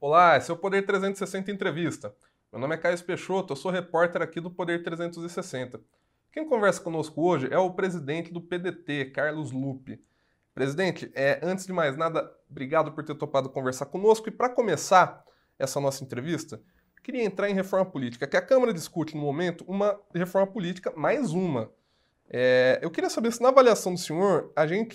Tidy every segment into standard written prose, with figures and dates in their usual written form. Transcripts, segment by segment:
Olá, esse é o Poder 360 Entrevista. Meu nome é Caio Peixoto, eu sou repórter aqui do Poder 360. Quem conversa conosco hoje é o presidente do PDT, Carlos Lupe. Presidente, antes de mais nada, obrigado por ter topado conversar conosco. E para começar essa nossa entrevista, queria entrar em reforma política, que a Câmara discute no momento uma reforma política, mais uma. Eu queria saber se, na avaliação do senhor,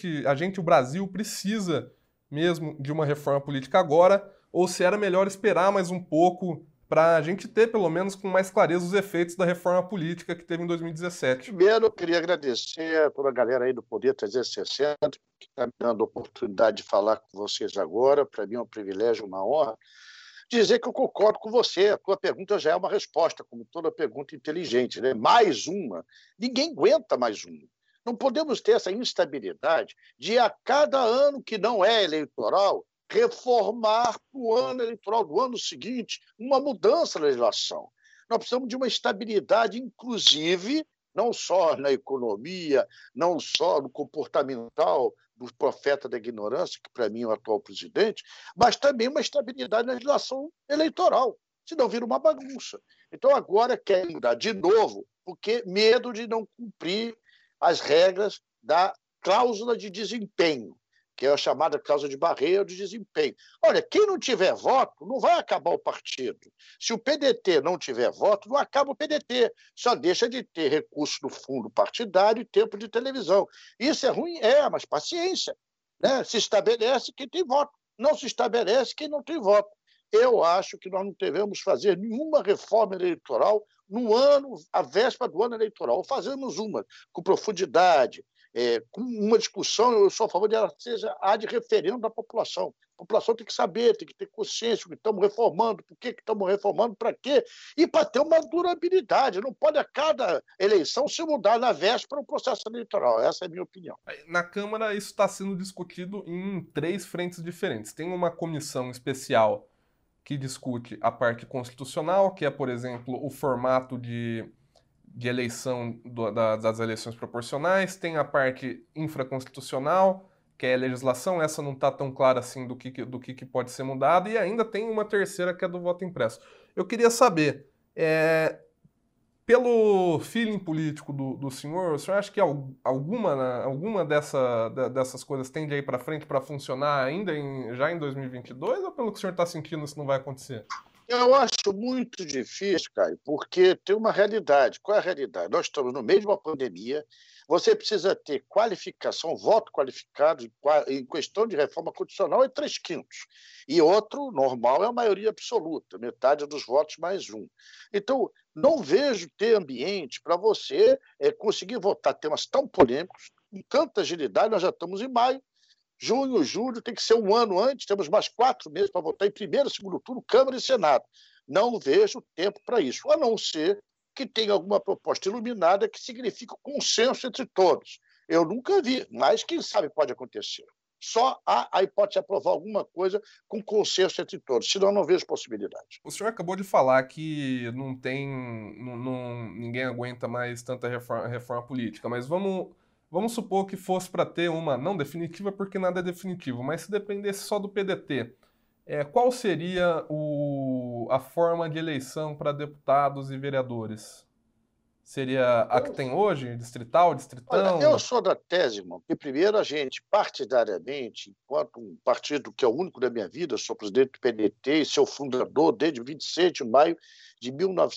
o Brasil, precisa mesmo de uma reforma política agora, ou se era melhor esperar mais um pouco para a gente ter, pelo menos, com mais clareza os efeitos da reforma política que teve em 2017. Primeiro, eu queria agradecer a toda a galera aí do Poder 360, que está me dando a oportunidade de falar com vocês agora. Para mim é um privilégio, uma honra. Dizer que eu concordo com você. A tua pergunta já é uma resposta, como toda pergunta inteligente, né? Mais uma. Ninguém aguenta mais uma. Não podemos ter essa instabilidade de, a cada ano que não é eleitoral, reformar para o ano eleitoral do ano seguinte uma mudança na legislação. Nós precisamos de uma estabilidade, inclusive, não só na economia, não só no comportamental do profeta da ignorância, que para mim é o atual presidente, mas também uma estabilidade na legislação eleitoral, senão vira uma bagunça. Então agora quer mudar de novo, porque medo de não cumprir as regras da cláusula de desempenho, que é a chamada cláusula de barreira de desempenho. Olha, quem não tiver voto, não vai acabar o partido. Se o PDT não tiver voto, não acaba o PDT. Só deixa de ter recurso no fundo partidário e tempo de televisão. Isso é ruim? Mas paciência. Né? Se estabelece quem tem voto. Não se estabelece quem não tem voto. Eu acho que nós não devemos fazer nenhuma reforma eleitoral no ano, à véspera do ano eleitoral. Ou fazemos uma com profundidade, com uma discussão, eu sou a favor de ela seja a de referendo da população. A população tem que saber, tem que ter consciência do que estamos reformando, por que estamos reformando, para quê, e para ter uma durabilidade. Não pode a cada eleição se mudar na véspera o processo eleitoral. Essa é a minha opinião. Na Câmara, isso está sendo discutido em três frentes diferentes. Tem uma comissão especial que discute a parte constitucional, que é, por exemplo, o formato de eleição das eleições proporcionais, tem a parte infraconstitucional, que é a legislação, essa não está tão clara assim do que pode ser mudado, e ainda tem uma terceira que é do voto impresso. Eu queria saber, pelo feeling político do senhor, o senhor acha que alguma dessas coisas tende a ir para frente para funcionar ainda já em 2022, ou pelo que o senhor está sentindo isso não vai acontecer? Eu acho muito difícil, Caio, porque tem uma realidade. Qual é a realidade? Nós estamos no meio de uma pandemia, você precisa ter qualificação, voto qualificado em questão de reforma constitucional é 3/5. E outro, normal, é a maioria absoluta, metade dos votos mais um. Então, não vejo ter ambiente para você conseguir votar temas tão polêmicos, com tanta agilidade. Nós já estamos em maio. Junho, julho, tem que ser um ano antes, temos mais 4 meses para votar em primeiro e segundo turno, Câmara e Senado. Não vejo tempo para isso, a não ser que tenha alguma proposta iluminada que signifique consenso entre todos. Eu nunca vi, mas quem sabe pode acontecer. Só há a hipótese de aprovar alguma coisa com consenso entre todos, senão não vejo possibilidade. O senhor acabou de falar que não tem, ninguém aguenta mais tanta reforma política, mas vamos supor que fosse para ter uma, não definitiva, porque nada é definitivo, mas se dependesse só do PDT, qual seria a forma de eleição para deputados e vereadores? Seria a que tem hoje, distrital, Olha, eu distritão? sou da tese, irmão, que primeiro a gente, partidariamente, enquanto um partido que é o único da minha vida, eu sou presidente do PDT e seu fundador desde 26 de maio de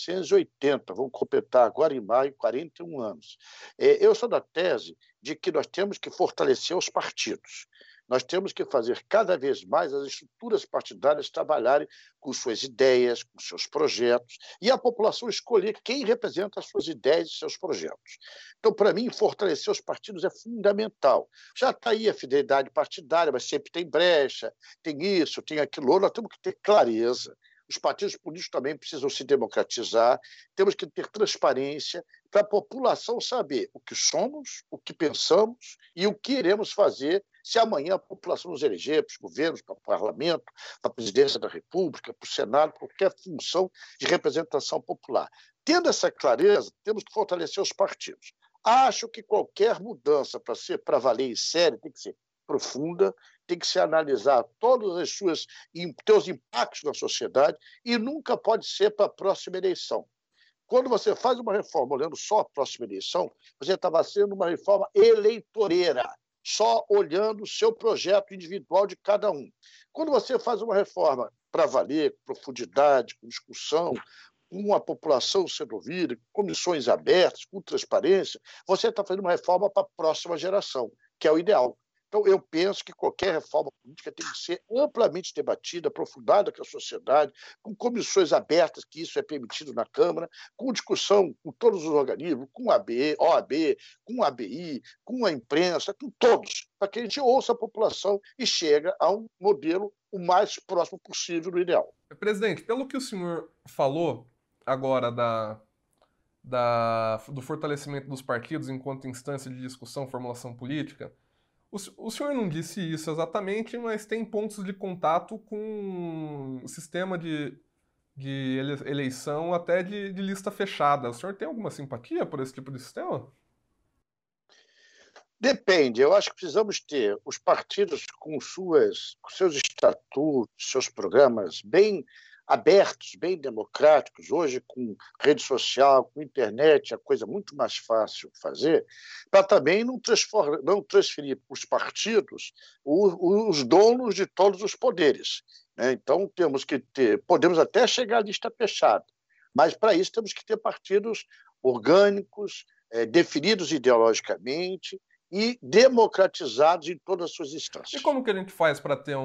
1980, vamos completar agora em maio 41 anos. Eu sou da tese de que nós temos que fortalecer os partidos. Nós temos que fazer cada vez mais as estruturas partidárias trabalharem com suas ideias, com seus projetos, e a população escolher quem representa as suas ideias e seus projetos. Então, para mim, fortalecer os partidos é fundamental. Já está aí a fidelidade partidária, mas sempre tem brecha, tem isso, tem aquilo. Nós temos que ter clareza. Os partidos políticos também precisam se democratizar, temos que ter transparência para a população saber o que somos, o que pensamos e o que iremos fazer se amanhã a população nos eleger para os governos, para o parlamento, para a presidência da República, para o Senado, qualquer função de representação popular. Tendo essa clareza, temos que fortalecer os partidos. Acho que qualquer mudança para valer em série tem que ser profunda, tem que se analisar todos os seus impactos na sociedade e nunca pode ser para a próxima eleição. Quando você faz uma reforma olhando só a próxima eleição, você está fazendo uma reforma eleitoreira, só olhando o seu projeto individual de cada um. Quando você faz uma reforma para valer, com profundidade, com discussão, com a população sendo ouvida, com comissões abertas, com transparência, você está fazendo uma reforma para a próxima geração, que é o ideal. Então, eu penso que qualquer reforma política tem que ser amplamente debatida, aprofundada com a sociedade, com comissões abertas, que isso é permitido na Câmara, com discussão com todos os organismos, com a OAB, com a ABI, com a imprensa, com todos, para que a gente ouça a população e chegue a um modelo o mais próximo possível do ideal. Presidente, pelo que o senhor falou agora do fortalecimento dos partidos enquanto instância de discussão, formulação política, o senhor não disse isso exatamente, mas tem pontos de contato com o sistema de eleição até de lista fechada. O senhor tem alguma simpatia por esse tipo de sistema? Depende. Eu acho que precisamos ter os partidos com seus estatutos, seus programas bem abertos, bem democráticos. Hoje, com rede social, com internet, é coisa muito mais fácil de fazer, para também não transferir para os partidos os donos de todos os poderes. Né? Então, podemos até chegar à lista fechada, mas para isso temos que ter partidos orgânicos, definidos ideologicamente, e democratizados em todas as suas instâncias. E como que a gente faz para ter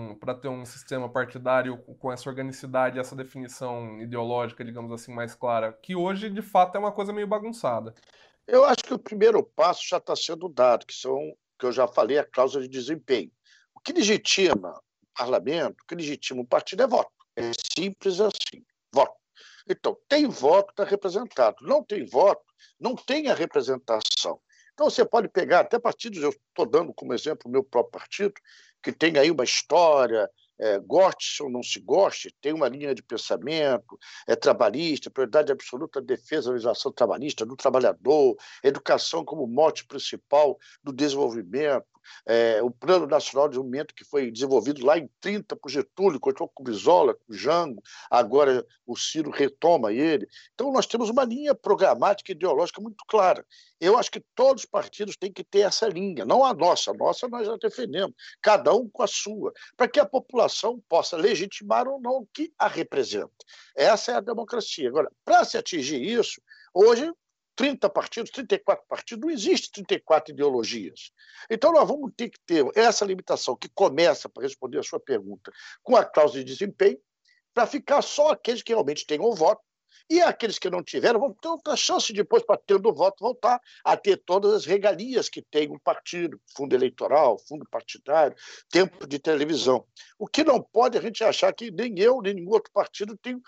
um sistema partidário com essa organicidade, essa definição ideológica, digamos assim, mais clara, que hoje, de fato, é uma coisa meio bagunçada? Eu acho que o primeiro passo já está sendo dado, que eu já falei, a cláusula de desempenho. O que legitima o parlamento, o que legitima o partido é voto. É simples assim, voto. Então, tem voto, está representado. Não tem voto, não tem a representação. Então, você pode pegar até partidos, eu estou dando como exemplo o meu próprio partido, que tem aí uma história, goste ou não se goste, tem uma linha de pensamento, é trabalhista, prioridade absoluta à defesa da organização trabalhista, do trabalhador, educação como mote principal do desenvolvimento, o Plano Nacional de Desenvolvimento que foi desenvolvido lá em 30 por Getúlio, continuou com o Brizola, com o Jango, agora o Ciro retoma ele. Então, nós temos uma linha programática e ideológica muito clara. Eu acho que todos os partidos têm que ter essa linha, não a nossa nós já defendemos, cada um com a sua, para que a população possa legitimar ou não o que a representa. Essa é a democracia. Agora, para se atingir isso, hoje 30 partidos, 34 partidos, não existe 34 ideologias. Então, nós vamos ter que ter essa limitação que começa, para responder a sua pergunta, com a cláusula de desempenho, para ficar só aqueles que realmente tenham voto, e aqueles que não tiveram vão ter outra chance depois, para tendo voto, voltar a ter todas as regalias que tem um partido, fundo eleitoral, fundo partidário, tempo de televisão. O que não pode a gente achar que nem eu, nem nenhum outro partido tem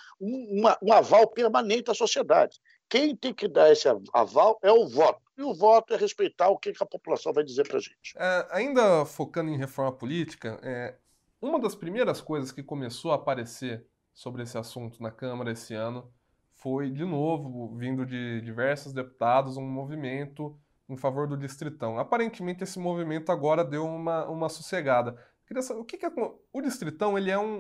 um aval permanente da sociedade. Quem tem que dar esse aval é o voto. E o voto é respeitar o que a população vai dizer para a gente. Ainda focando em reforma política, uma das primeiras coisas que começou a aparecer sobre esse assunto na Câmara esse ano foi, de novo, vindo de diversos deputados, um movimento em favor do Distritão. Aparentemente, esse movimento agora deu uma sossegada. Queria saber, o Distritão ele é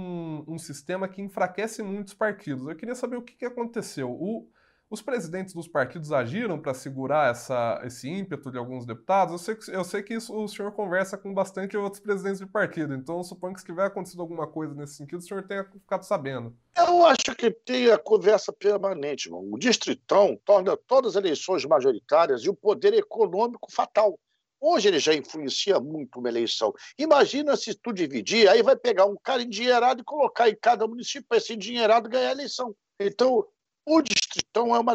um sistema que enfraquece muitos partidos. Eu queria saber o que aconteceu. Os presidentes dos partidos agiram para segurar esse ímpeto de alguns deputados? Eu sei que o senhor conversa com bastante outros presidentes de partido, então eu suponho que se tiver acontecido alguma coisa nesse sentido, o senhor tenha ficado sabendo. Eu acho que tem a conversa permanente, irmão. O Distritão torna todas as eleições majoritárias e o poder econômico fatal. Hoje ele já influencia muito uma eleição. Imagina se tu dividir, aí vai pegar um cara endinheirado e colocar em cada município para esse endinheirado ganhar a eleição. Então, o Distritão é uma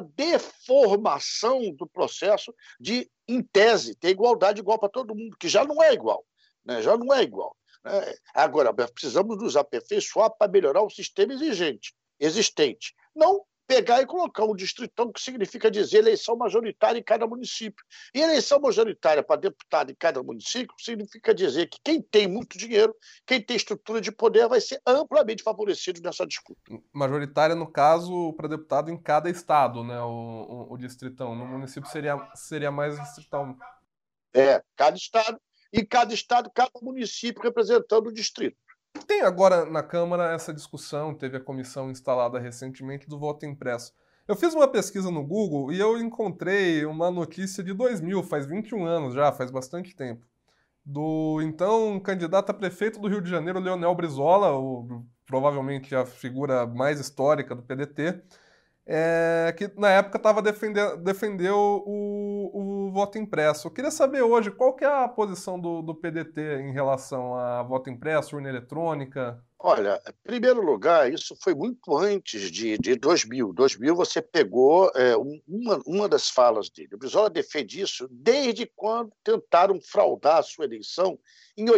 deformação do processo de, em tese, ter igualdade igual para todo mundo, que já não é igual. Né? Já não é igual. Agora, precisamos nos aperfeiçoar para melhorar o sistema existente. Não pegar e colocar um distritão, que significa dizer eleição majoritária em cada município. E eleição majoritária para deputado em cada município significa dizer que quem tem muito dinheiro, quem tem estrutura de poder, vai ser amplamente favorecido nessa disputa. Majoritária, no caso, para deputado em cada estado, né? O distritão. No município seria mais distritão. Cada estado. e cada estado, cada município representando o distrito. Tem agora na Câmara essa discussão, teve a comissão instalada recentemente do voto impresso. Eu fiz uma pesquisa no Google e eu encontrei uma notícia de 2000, faz 21 anos já, faz bastante tempo, do então candidato a prefeito do Rio de Janeiro, Leonel Brizola, provavelmente a figura mais histórica do PDT, que na época defendeu o voto impresso. Eu queria saber hoje qual que é a posição do PDT em relação a voto impresso, urna eletrônica. Olha, em primeiro lugar, isso foi muito antes de 2000. 2000 você pegou uma das falas dele. O Brizola defende isso desde quando tentaram fraudar a sua eleição em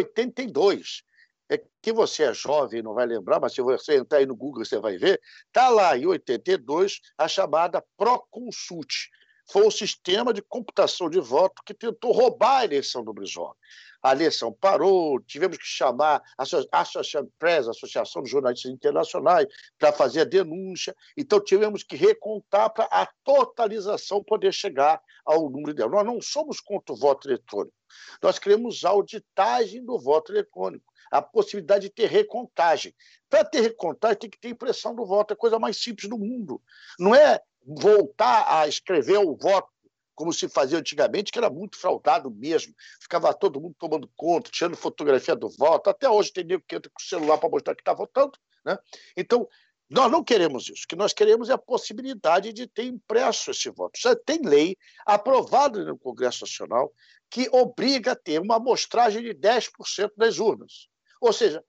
82. É que você é jovem e não vai lembrar, mas se você entrar aí no Google você vai ver, está lá em 82 a chamada Proconsult. Foi um sistema de computação de voto que tentou roubar a eleição do Brizola. A eleição parou, tivemos que chamar a Associated Press, a Associação de Jornalistas Internacionais, para fazer a denúncia. Então, tivemos que recontar para a totalização poder chegar ao número ideal. Nós não somos contra o voto eletrônico. Nós queremos a auditagem do voto eletrônico, a possibilidade de ter recontagem. Para ter recontagem, tem que ter impressão do voto, é a coisa mais simples do mundo. Não é voltar a escrever o voto como se fazia antigamente, que era muito fraudado mesmo. Ficava todo mundo tomando conta, tirando fotografia do voto. Até hoje tem nego que entra com o celular para mostrar que está votando. Né? Então, nós não queremos isso. O que nós queremos é a possibilidade de ter impresso esse voto. Já tem lei aprovada no Congresso Nacional que obriga a ter uma amostragem de 10% das urnas. Ou seja,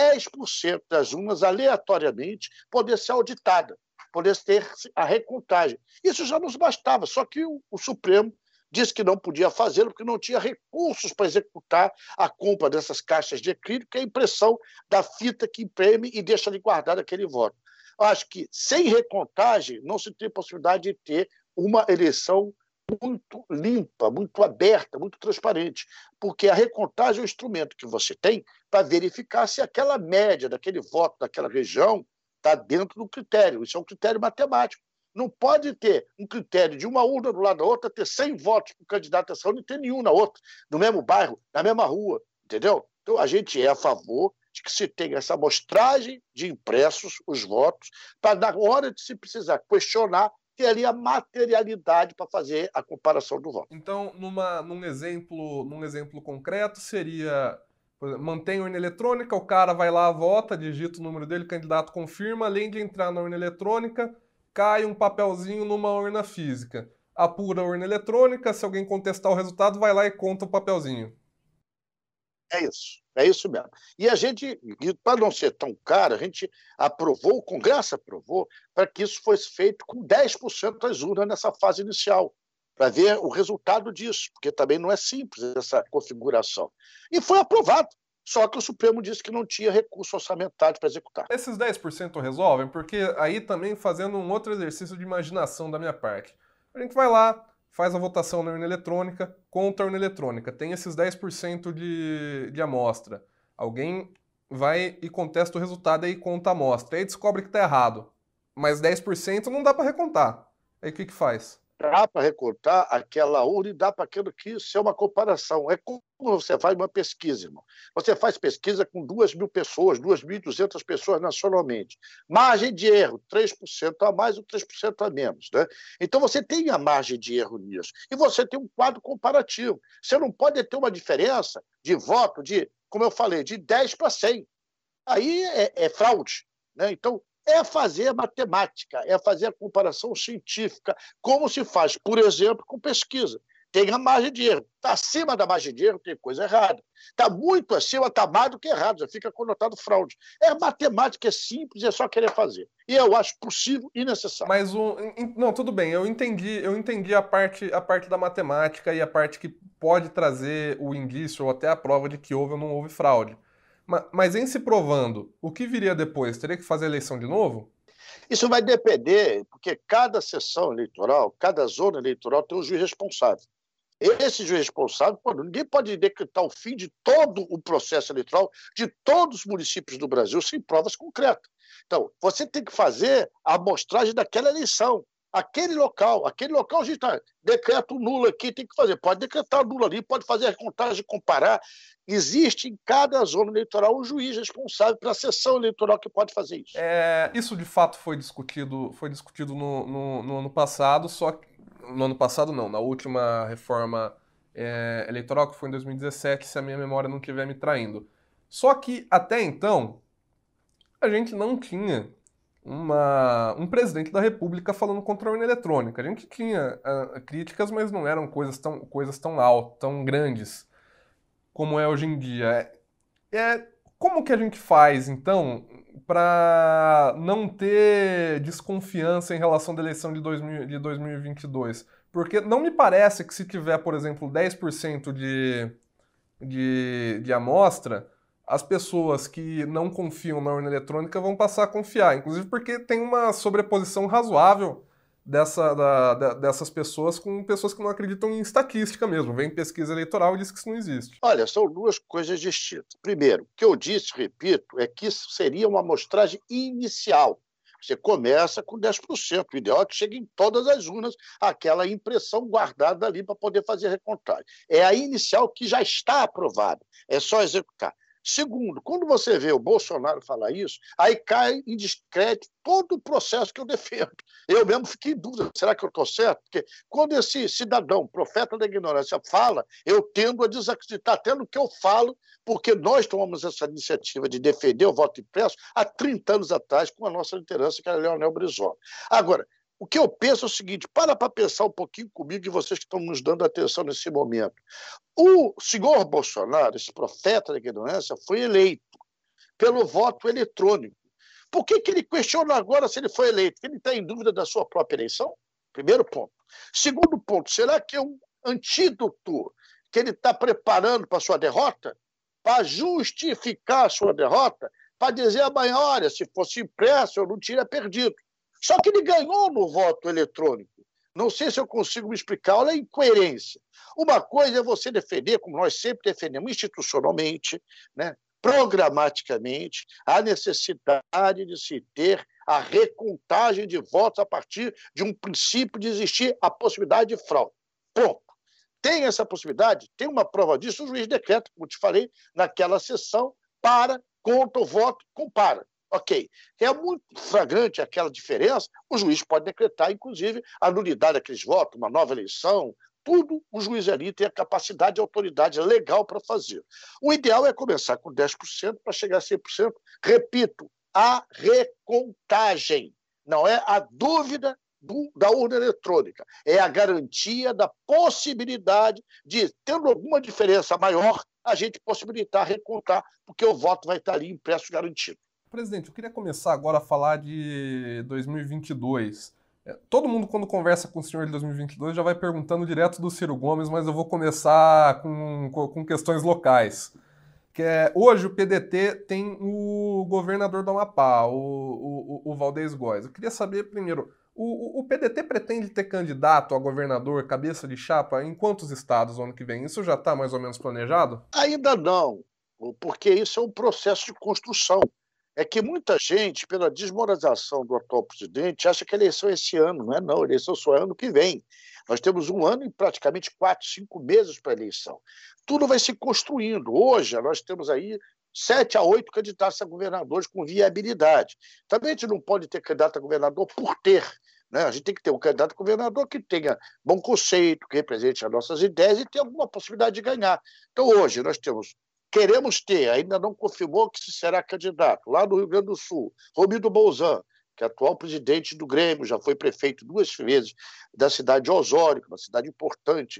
10% das urnas aleatoriamente poder ser auditada, poder ter a recontagem. Isso já nos bastava, só que o Supremo disse que não podia fazê-lo porque não tinha recursos para executar a compra dessas caixas de acrílico, que é a impressão da fita que imprime e deixa ali guardado aquele voto. Eu acho que sem recontagem não se tem possibilidade de ter uma eleição muito limpa, muito aberta, muito transparente, porque a recontagem é o instrumento que você tem para verificar se aquela média daquele voto daquela região está dentro do critério. Isso é um critério matemático. Não pode ter um critério de uma urna do lado da outra, ter 100 votos para o candidato a essa urna e ter nenhum na outra, no mesmo bairro, na mesma rua, entendeu? Então, a gente é a favor de que se tenha essa amostragem de impressos, os votos, para, na hora de se precisar questionar, ter ali a materialidade para fazer a comparação do voto. Então, num exemplo concreto, seria mantém a urna eletrônica, o cara vai lá, vota, digita o número dele, o candidato confirma, além de entrar na urna eletrônica, cai um papelzinho numa urna física. Apura a urna eletrônica, se alguém contestar o resultado, vai lá e conta o papelzinho. É isso mesmo. E a gente, para não ser tão caro, a gente aprovou, o Congresso aprovou, para que isso fosse feito com 10% das urnas nessa fase inicial, para ver o resultado disso, porque também não é simples essa configuração. E foi aprovado, só que o Supremo disse que não tinha recurso orçamentário para executar. Esses 10% resolvem, porque aí também fazendo um outro exercício de imaginação da minha parte. A gente vai lá, faz a votação na urna eletrônica, conta a urna eletrônica, tem esses 10% de amostra. Alguém vai e contesta o resultado e conta a amostra. Aí descobre que está errado. Mas 10% não dá para recontar. Aí o que faz? Dá para recortar aquela urna e dá para aquilo que isso é uma comparação. É como você faz uma pesquisa, irmão. Você faz pesquisa com 2.000 pessoas, 2.200 pessoas nacionalmente. Margem de erro, 3% a mais ou 3% a menos. Né? Então, você tem a margem de erro nisso. E você tem um quadro comparativo. Você não pode ter uma diferença de voto de, como eu falei, de 10 para 100. Aí é fraude. Né? Então, é fazer a matemática, é fazer a comparação científica, como se faz, por exemplo, com pesquisa. Tem a margem de erro. Está acima da margem de erro, tem coisa errada. Está muito acima, está mais do que errado, já fica conotado fraude. É matemática, é simples, é só querer fazer. E eu acho possível e necessário. Mas não, tudo bem, eu entendi a parte da matemática e a parte que pode trazer o indício ou até a prova de que houve ou não houve fraude. Mas em se provando, o que viria depois? Teria que fazer a eleição de novo? Isso vai depender, porque cada sessão eleitoral, cada zona eleitoral tem um juiz responsável. Esse juiz responsável, ninguém pode decretar o fim de todo o processo eleitoral de todos os municípios do Brasil sem provas concretas. Então, você tem que fazer a amostragem daquela eleição. aquele local, a gente decreta o nulo aqui, tem que fazer. Pode decretar o nulo ali, pode fazer a contagem, comparar. Existe em cada zona eleitoral um juiz responsável pela sessão eleitoral que pode fazer isso. Isso de fato foi discutido no ano passado, só que no ano passado não, na última reforma eleitoral, que foi em 2017, se a minha memória não estiver me traindo. Só que até então a gente não tinha um presidente da República falando contra a urna eletrônica. A gente tinha críticas, mas não eram coisas tão altas, tão grandes como é hoje em dia. Como que a gente faz, então, para não ter desconfiança em relação da eleição de 2022? Porque não me parece que se tiver, por exemplo, 10% de amostra, as pessoas que não confiam na urna eletrônica vão passar a confiar. Inclusive porque tem uma sobreposição razoável dessas pessoas com pessoas que não acreditam em estatística mesmo. Vem pesquisa eleitoral e diz que isso não existe. Olha, são duas coisas distintas. Primeiro, o que eu disse, repito, é que isso seria uma amostragem inicial. Você começa com 10%. O ideal é que chegue em todas as urnas aquela impressão guardada ali para poder fazer a recontagem. É a inicial que já está aprovada. É só executar. Segundo, quando você vê o Bolsonaro falar isso, aí cai em descrédito todo o processo que eu defendo. Eu mesmo fiquei em dúvida, será que eu estou certo? Porque quando esse cidadão, profeta da ignorância, fala, eu tendo a desacreditar até no que eu falo, porque nós tomamos essa iniciativa de defender o voto impresso há 30 anos atrás com a nossa liderança, que era Leonel Brizola. Agora, o que eu penso é o seguinte, para pensar um pouquinho comigo e vocês que estão nos dando atenção nesse momento. O senhor Bolsonaro, esse profeta da ignorância, foi eleito pelo voto eletrônico. Por que ele questiona agora se ele foi eleito? Ele está em dúvida da sua própria eleição? Primeiro ponto. Segundo ponto, será que é um antídoto que ele está preparando para a sua derrota? Para justificar a sua derrota? Para dizer amanhã, olha, se fosse impresso, eu não teria perdido. Só que ele ganhou no voto eletrônico. Não sei se eu consigo me explicar. Olha a incoerência. Uma coisa é você defender, como nós sempre defendemos, institucionalmente, né, programaticamente, a necessidade de se ter a recontagem de votos a partir de um princípio de existir a possibilidade de fraude. Ponto. Tem essa possibilidade? Tem uma prova disso? O juiz decreta, como te falei, naquela sessão, para, conta o voto, compara. Ok. É muito flagrante aquela diferença, o juiz pode decretar, inclusive, a nulidade daqueles votos, uma nova eleição, tudo o juiz ali tem a capacidade e autoridade legal para fazer. O ideal é começar com 10% para chegar a 100%. Repito, a recontagem, não é a dúvida da urna eletrônica, é a garantia da possibilidade de, tendo alguma diferença maior, a gente possibilitar recontar, porque o voto vai estar ali impresso garantido. Presidente, eu queria começar agora a falar de 2022. Todo mundo, quando conversa com o senhor de 2022, já vai perguntando direto do Ciro Gomes, mas eu vou começar com questões locais. Hoje o PDT tem o governador do Amapá, o Valdez Góes. Eu queria saber, primeiro, o PDT pretende ter candidato a governador, cabeça de chapa, em quantos estados no ano que vem? Isso já está mais ou menos planejado? Ainda não, porque isso é um processo de construção. É que muita gente, pela desmoralização do atual presidente, acha que a eleição é esse ano. Não é não, a eleição só é ano que vem. Nós temos um ano e praticamente 4, 5 meses para a eleição. Tudo vai se construindo. Hoje, nós temos aí 7 a 8 candidatos a governadores com viabilidade. Também a gente não pode ter candidato a governador por ter. Né? A gente tem que ter um candidato a governador que tenha bom conceito, que represente as nossas ideias e tenha alguma possibilidade de ganhar. Então, hoje, nós queremos ter, ainda não confirmou que se será candidato, lá no Rio Grande do Sul, Romildo Bolzan, que é atual presidente do Grêmio, já foi prefeito 2 vezes da cidade de Osório, uma cidade importante,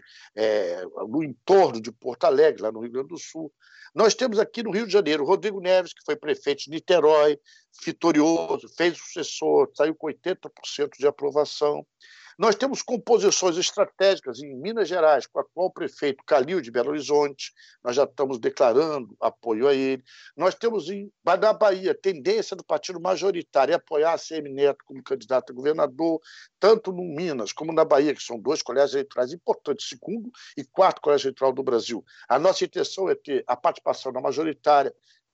no entorno de Porto Alegre, lá no Rio Grande do Sul. Nós temos aqui no Rio de Janeiro Rodrigo Neves, que foi prefeito de Niterói, vitorioso, fez sucessor, saiu com 80% de aprovação. Nós temos composições estratégicas em Minas Gerais, com o atual prefeito Calil de Belo Horizonte, nós já estamos declarando apoio a ele. Nós temos na Bahia tendência do partido majoritário a apoiar a ACM Neto como candidato a governador, tanto no Minas como na Bahia, que são 2 colégios eleitorais importantes, 2º e 4º colégio eleitoral do Brasil. A nossa intenção é ter a participação na majoritária,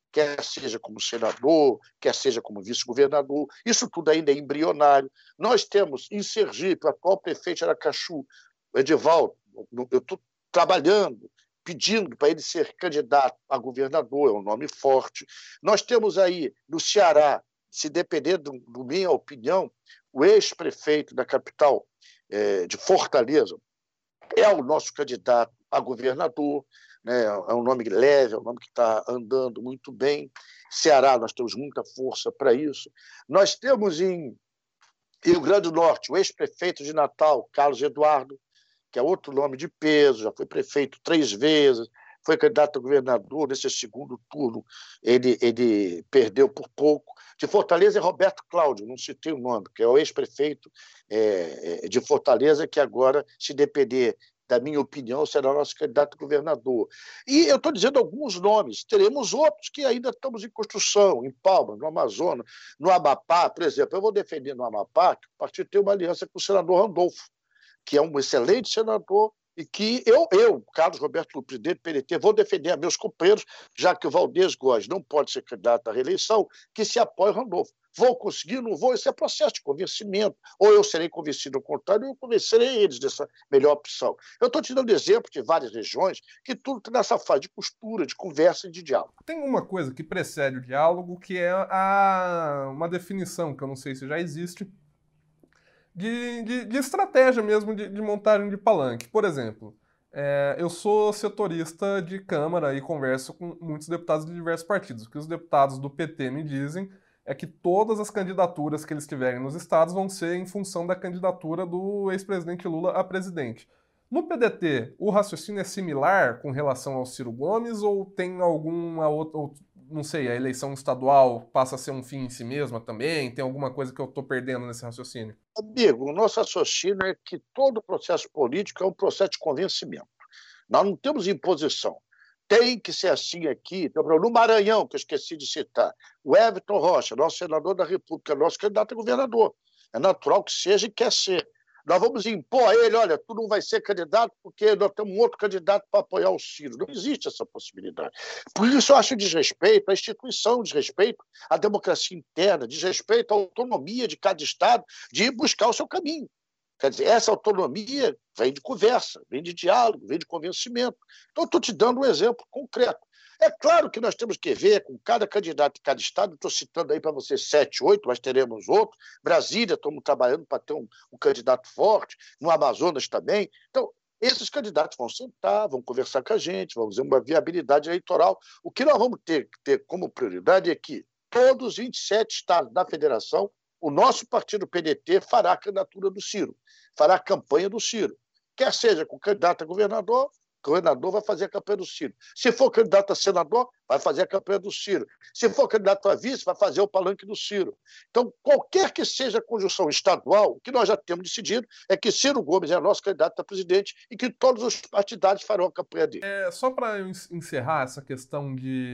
quer seja como senador, quer seja como vice-governador. Isso tudo ainda é embrionário. Nós temos em Sergipe, o atual prefeito de Aracaju, o Edivaldo, eu estou trabalhando, pedindo para ele ser candidato a governador, é um nome forte. Nós temos aí, no Ceará, se depender da minha opinião, o ex-prefeito da capital de Fortaleza é o nosso candidato a governador, né? É um nome leve, é um nome que está andando muito bem. Ceará, nós temos muita força para isso. Nós temos em Rio Grande do Norte o ex-prefeito de Natal, Carlos Eduardo, que é outro nome de peso, já foi prefeito 3 vezes, foi candidato a governador. Nesse segundo turno ele perdeu por pouco. De Fortaleza é Roberto Cláudio, não citei o nome, que é o ex-prefeito de Fortaleza, que agora, se depender da minha opinião, será nosso candidato a governador. E eu estou dizendo alguns nomes, teremos outros que ainda estamos em construção, em Palmas, no Amazonas, no Amapá, por exemplo. Eu vou defender no Amapá que o partido tem uma aliança com o senador Randolfo, que é um excelente senador e que eu, Carlos Roberto, presidente do PDT, vou defender a meus companheiros, já que o Valdez Góes não pode ser candidato à reeleição, que se apoie o Randolfo. Vou conseguir, não vou, esse é processo de convencimento. Ou eu serei convencido ao contrário, ou eu convencerei eles dessa melhor opção. Eu estou te dando exemplo de várias regiões que tudo está nessa fase de costura, de conversa e de diálogo. Tem uma coisa que precede o diálogo, que é uma definição, que eu não sei se já existe, de estratégia mesmo, de montagem de palanque. Por exemplo, eu sou setorista de Câmara e converso com muitos deputados de diversos partidos. O que os deputados do PT me dizem é que todas as candidaturas que eles tiverem nos estados vão ser em função da candidatura do ex-presidente Lula a presidente. No PDT, o raciocínio é similar com relação ao Ciro Gomes ou tem alguma outra, não sei, a eleição estadual passa a ser um fim em si mesma também? Tem alguma coisa que eu estou perdendo nesse raciocínio? Amigo, o nosso raciocínio é que todo processo político é um processo de convencimento. Nós não temos imposição. Tem que ser assim aqui. No Maranhão, que eu esqueci de citar, o Everton Rocha, nosso senador da República, nosso candidato a governador. É natural que seja e quer ser. Nós vamos impor a ele, olha, tu não vai ser candidato porque nós temos um outro candidato para apoiar o Ciro. Não existe essa possibilidade. Por isso eu acho desrespeito à instituição, desrespeito à democracia interna, desrespeito à autonomia de cada Estado de ir buscar o seu caminho. Quer dizer, essa autonomia vem de conversa, vem de diálogo, vem de convencimento. Então, estou te dando um exemplo concreto. É claro que nós temos que ver com cada candidato de cada estado, estou citando aí para você 7, 8, mas teremos outros. Brasília, estamos trabalhando para ter um candidato forte, no Amazonas também. Então, esses candidatos vão sentar, vão conversar com a gente, vão fazer uma viabilidade eleitoral. O que nós vamos ter como prioridade é que todos os 27 estados da federação, o nosso partido PDT fará a candidatura do Ciro, fará a campanha do Ciro. Quer seja com candidato a governador, o governador vai fazer a campanha do Ciro. Se for candidato a senador, vai fazer a campanha do Ciro. Se for candidato a vice, vai fazer o palanque do Ciro. Então, qualquer que seja a conjunção estadual, o que nós já temos decidido é que Ciro Gomes é nosso candidato a presidente e que todos os partidários farão a campanha dele. Só para encerrar essa questão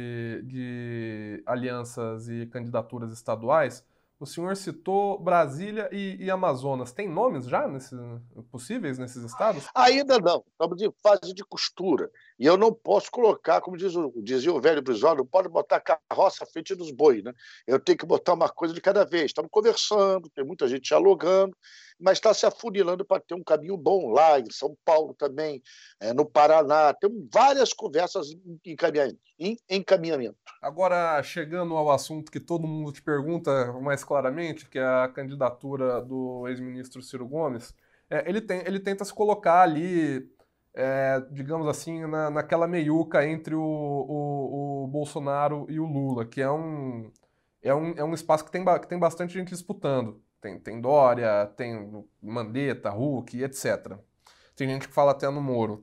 de alianças e candidaturas estaduais, o senhor citou Brasília e Amazonas. Tem nomes já possíveis nesses estados? Ainda não. Estamos em fase de costura. E eu não posso colocar, como dizia o velho Brizola, não pode botar carroça à frente dos bois, né? Eu tenho que botar uma coisa de cada vez. Estamos conversando, tem muita gente dialogando, mas está se afunilando para ter um caminho bom lá, em São Paulo também, no Paraná. Temos várias conversas em encaminhamento. Agora, chegando ao assunto que todo mundo te pergunta mais claramente, que é a candidatura do ex-ministro Ciro Gomes, ele tenta se colocar ali, digamos assim, naquela meiuca entre o Bolsonaro e o Lula, que é um espaço que tem bastante gente disputando. Tem Dória, tem Mandetta, Huck, etc. Tem gente que fala até no Moro.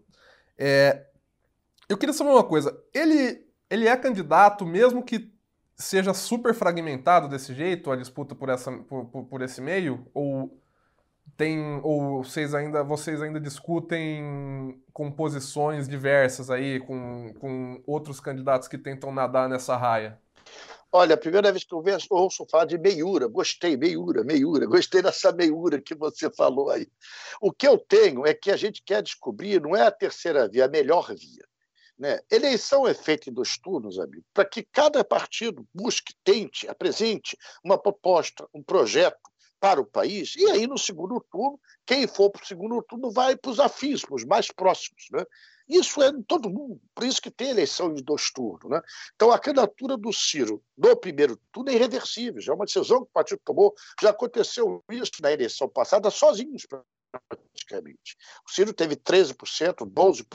Eu queria saber uma coisa. Ele é candidato, mesmo que seja super fragmentado desse jeito, a disputa por esse meio? Ou vocês ainda discutem com posições diversas aí, com outros candidatos que tentam nadar nessa raia? Olha, a primeira vez que eu ouço falar de meiura, gostei, meiura, gostei dessa meiura que você falou aí. O que eu tenho é que a gente quer descobrir, não é a terceira via, a melhor via. né? Eleição é feita em 2 turnos, amigo, para que cada partido busque, tente, apresente uma proposta, um projeto para o país, e aí no segundo turno, quem for para o segundo turno vai para os afins, para os mais próximos, né? Isso é em todo mundo, por isso que tem eleição em 2 turnos, né? Então a candidatura do Ciro no primeiro turno é irreversível, já é uma decisão que o partido tomou, já aconteceu isso na eleição passada sozinhos, praticamente. O Ciro teve 13%,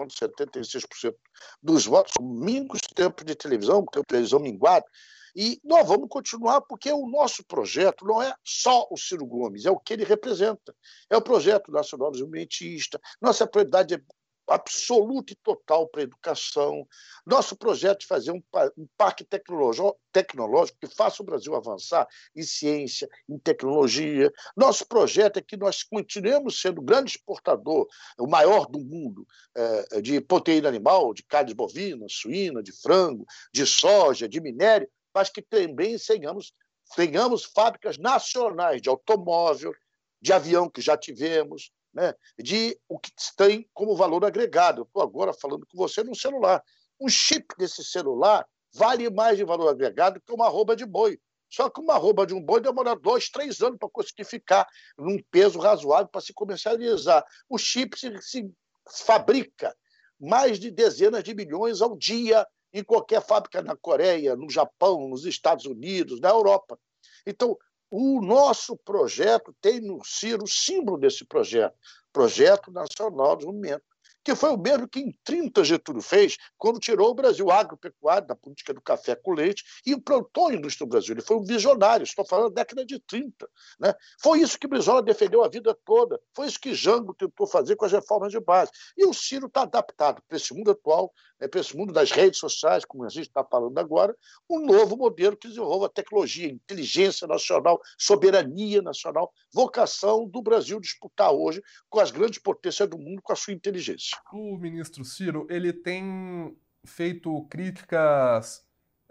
12,76% dos votos, com mingos tempos de televisão, porque a televisão minguada, e nós vamos continuar porque o nosso projeto não é só o Ciro Gomes, é o que ele representa. É o projeto nacional desenvolvimentista, nossa prioridade é absoluta e total para a educação. Nosso projeto de fazer um parque tecnológico que faça o Brasil avançar em ciência, em tecnologia. Nosso projeto é que nós continuemos sendo o grande exportador, o maior do mundo, de proteína animal, de carne bovina, suína, de frango, de soja, de minério, mas que também tenhamos fábricas nacionais de automóvel, de avião, que já tivemos, né, de o que tem como valor agregado. Eu estou agora falando com você num celular. Um chip desse celular vale mais de valor agregado que uma arroba de boi. Só que uma arroba de um boi demora 2, 3 anos para conseguir ficar num peso razoável para se comercializar. O chip se fabrica mais de dezenas de milhões ao dia em qualquer fábrica na Coreia, no Japão, nos Estados Unidos, na Europa. Então, o nosso projeto tem no Ciro o símbolo desse projeto, Projeto Nacional de Desenvolvimento, que foi o mesmo que em 30 Getúlio fez quando tirou o Brasil agropecuário da política do café com leite e implantou a indústria do Brasil. Ele foi um visionário, estou falando da década de 30. Né? Foi isso que Brizola defendeu a vida toda, foi isso que Jango tentou fazer com as reformas de base. E o Ciro está adaptado para esse mundo atual, para esse mundo das redes sociais, como a gente está falando agora, um novo modelo que desenvolva tecnologia, inteligência nacional, soberania nacional, vocação do Brasil disputar hoje com as grandes potências do mundo com a sua inteligência. O ministro Ciro, ele tem feito críticas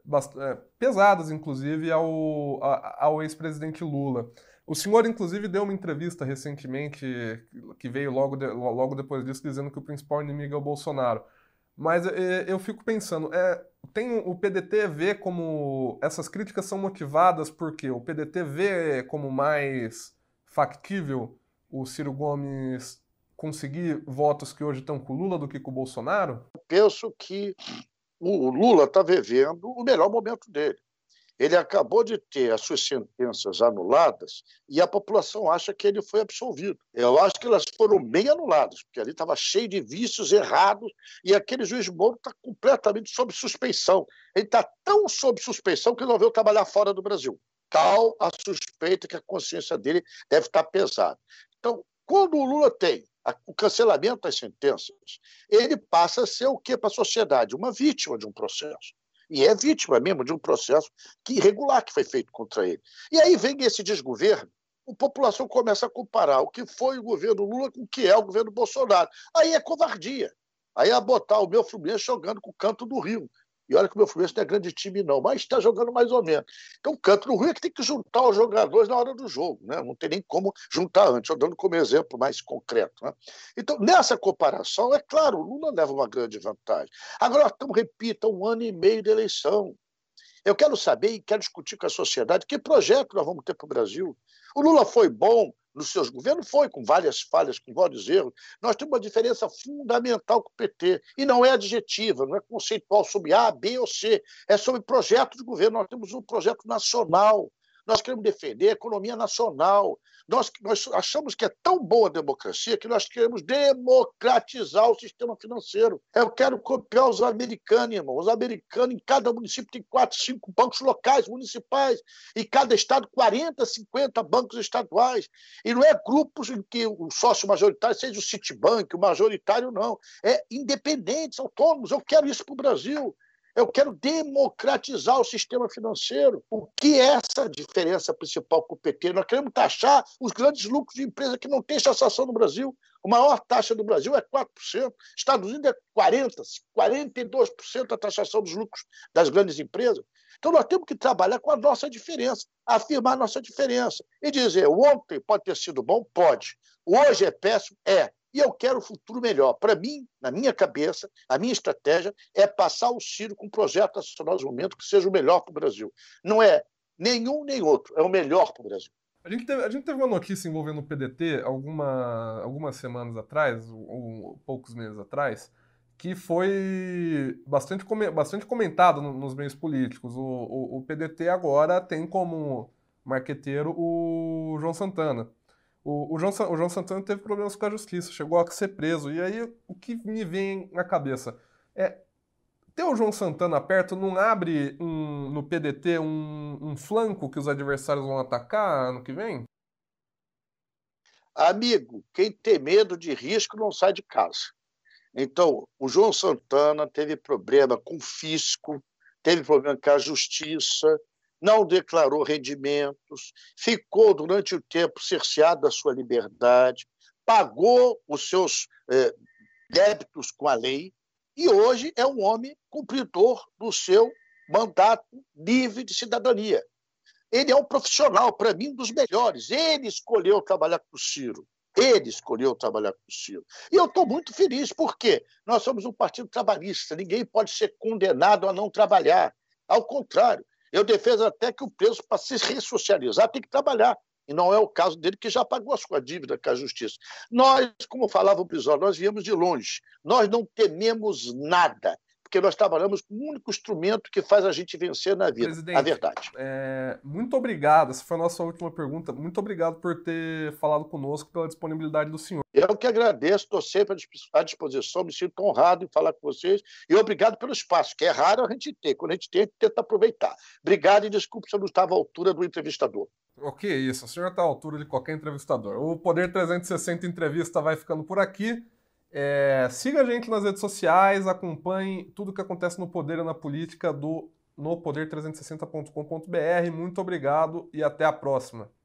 pesadas, inclusive, ao ex-presidente Lula. O senhor, inclusive, deu uma entrevista recentemente, que veio logo depois disso, dizendo que o principal inimigo é o Bolsonaro. Mas eu fico pensando, o PDT vê como essas críticas são motivadas porque o PDT vê como mais factível o Ciro Gomes conseguir votos que hoje estão com o Lula do que com o Bolsonaro? Eu penso que o Lula está vivendo o melhor momento dele. Ele acabou de ter as suas sentenças anuladas e a população acha que ele foi absolvido. Eu acho que elas foram bem anuladas, porque ali estava cheio de vícios errados e aquele juiz Moro está completamente sob suspeição. Ele está tão sob suspeição que resolveu trabalhar fora do Brasil. Tal a suspeita que a consciência dele deve estar pesada. Então, quando o Lula tem o cancelamento das sentenças, ele passa a ser o quê para a sociedade? Uma vítima de um processo. E é vítima mesmo de um processo irregular que foi feito contra ele. E aí vem esse desgoverno, a população começa a comparar o que foi o governo Lula com o que é o governo Bolsonaro. Aí é covardia. Aí é botar o meu Fluminense jogando com o Canto do Rio. E olha que o meu Fluminense não é grande time, não, mas está jogando mais ou menos. Então, o Canto do Rio é que tem que juntar os jogadores na hora do jogo, né? Não tem nem como juntar antes, eu dando como exemplo mais concreto. Né? Então, nessa comparação, é claro, o Lula leva uma grande vantagem. Agora, repita, 1 ano e meio de eleição. Eu quero saber e quero discutir com a sociedade que projeto nós vamos ter para o Brasil. O Lula foi bom nos seus governos? Foi, com várias falhas, com vários erros. Nós temos uma diferença fundamental com o PT, e não é adjetiva, não é conceitual sobre A, B ou C, é sobre projeto de governo. Nós temos um projeto nacional. Nós queremos defender a economia nacional. Nós achamos que é tão boa a democracia que nós queremos democratizar o sistema financeiro. Eu quero copiar os americanos, irmão. Os americanos, em cada município, tem 4, 5 bancos locais, municipais. E cada estado, 40, 50 bancos estaduais. E não é grupos em que o sócio majoritário seja o Citibank, o majoritário não. É independentes, autônomos. Eu quero isso para o Brasil. Eu quero democratizar o sistema financeiro. O que é essa diferença principal com o PT? Nós queremos taxar os grandes lucros de empresa que não tem taxação no Brasil. A maior taxa do Brasil é 4%. Estados Unidos é 40%, 42% a taxação dos lucros das grandes empresas. Então, nós temos que trabalhar com a nossa diferença, afirmar a nossa diferença. E dizer, ontem pode ter sido bom? Pode. Hoje é péssimo? É. e eu quero um futuro melhor. Para mim, na minha cabeça, a minha estratégia é passar o Ciro com um projeto nacional de momento que seja o melhor para o Brasil. Não é nenhum nem outro, é o melhor para o Brasil. A gente teve uma notícia envolvendo o PDT algumas semanas atrás, ou poucos meses atrás, que foi bastante comentado nos meios políticos. O PDT agora tem como marqueteiro o João Santana. O João Santana teve problemas com a justiça, chegou a ser preso. E aí o que me vem na cabeça é ter o João Santana perto não abre no PDT um flanco que os adversários vão atacar ano que vem? Amigo, quem tem medo de risco não sai de casa. Então, o João Santana teve problema com o fisco, teve problema com a justiça, não declarou rendimentos, ficou durante o tempo cerceado da sua liberdade, pagou os seus débitos com a lei e hoje é um homem cumpridor do seu mandato livre de cidadania. Ele é um profissional, para mim, um dos melhores. Ele escolheu trabalhar com o Ciro. Ele escolheu trabalhar com o Ciro. E eu estou muito feliz, porque nós somos um partido trabalhista. Ninguém pode ser condenado a não trabalhar. Ao contrário, eu defendo até que o preso, para se ressocializar, tem que trabalhar. E não é o caso dele, que já pagou a sua dívida com a justiça. Nós, como falava o Brizola, nós viemos de longe. Nós não tememos nada, porque nós trabalhamos com o único instrumento que faz a gente vencer na vida, Presidente, a verdade. muito obrigado. Essa foi a nossa última pergunta. Muito obrigado por ter falado conosco, pela disponibilidade do senhor. Eu que agradeço, estou sempre à disposição, me sinto honrado em falar com vocês e obrigado pelo espaço, que é raro a gente ter. Quando a gente tem, a gente tenta aproveitar. Obrigado e desculpe se eu não estava à altura do entrevistador. O que é isso? O senhor está à altura de qualquer entrevistador. O Poder 360 Entrevista vai ficando por aqui. Siga a gente nas redes sociais, acompanhe tudo que acontece no Poder e na política no poder360.com.br. Muito obrigado e até a próxima.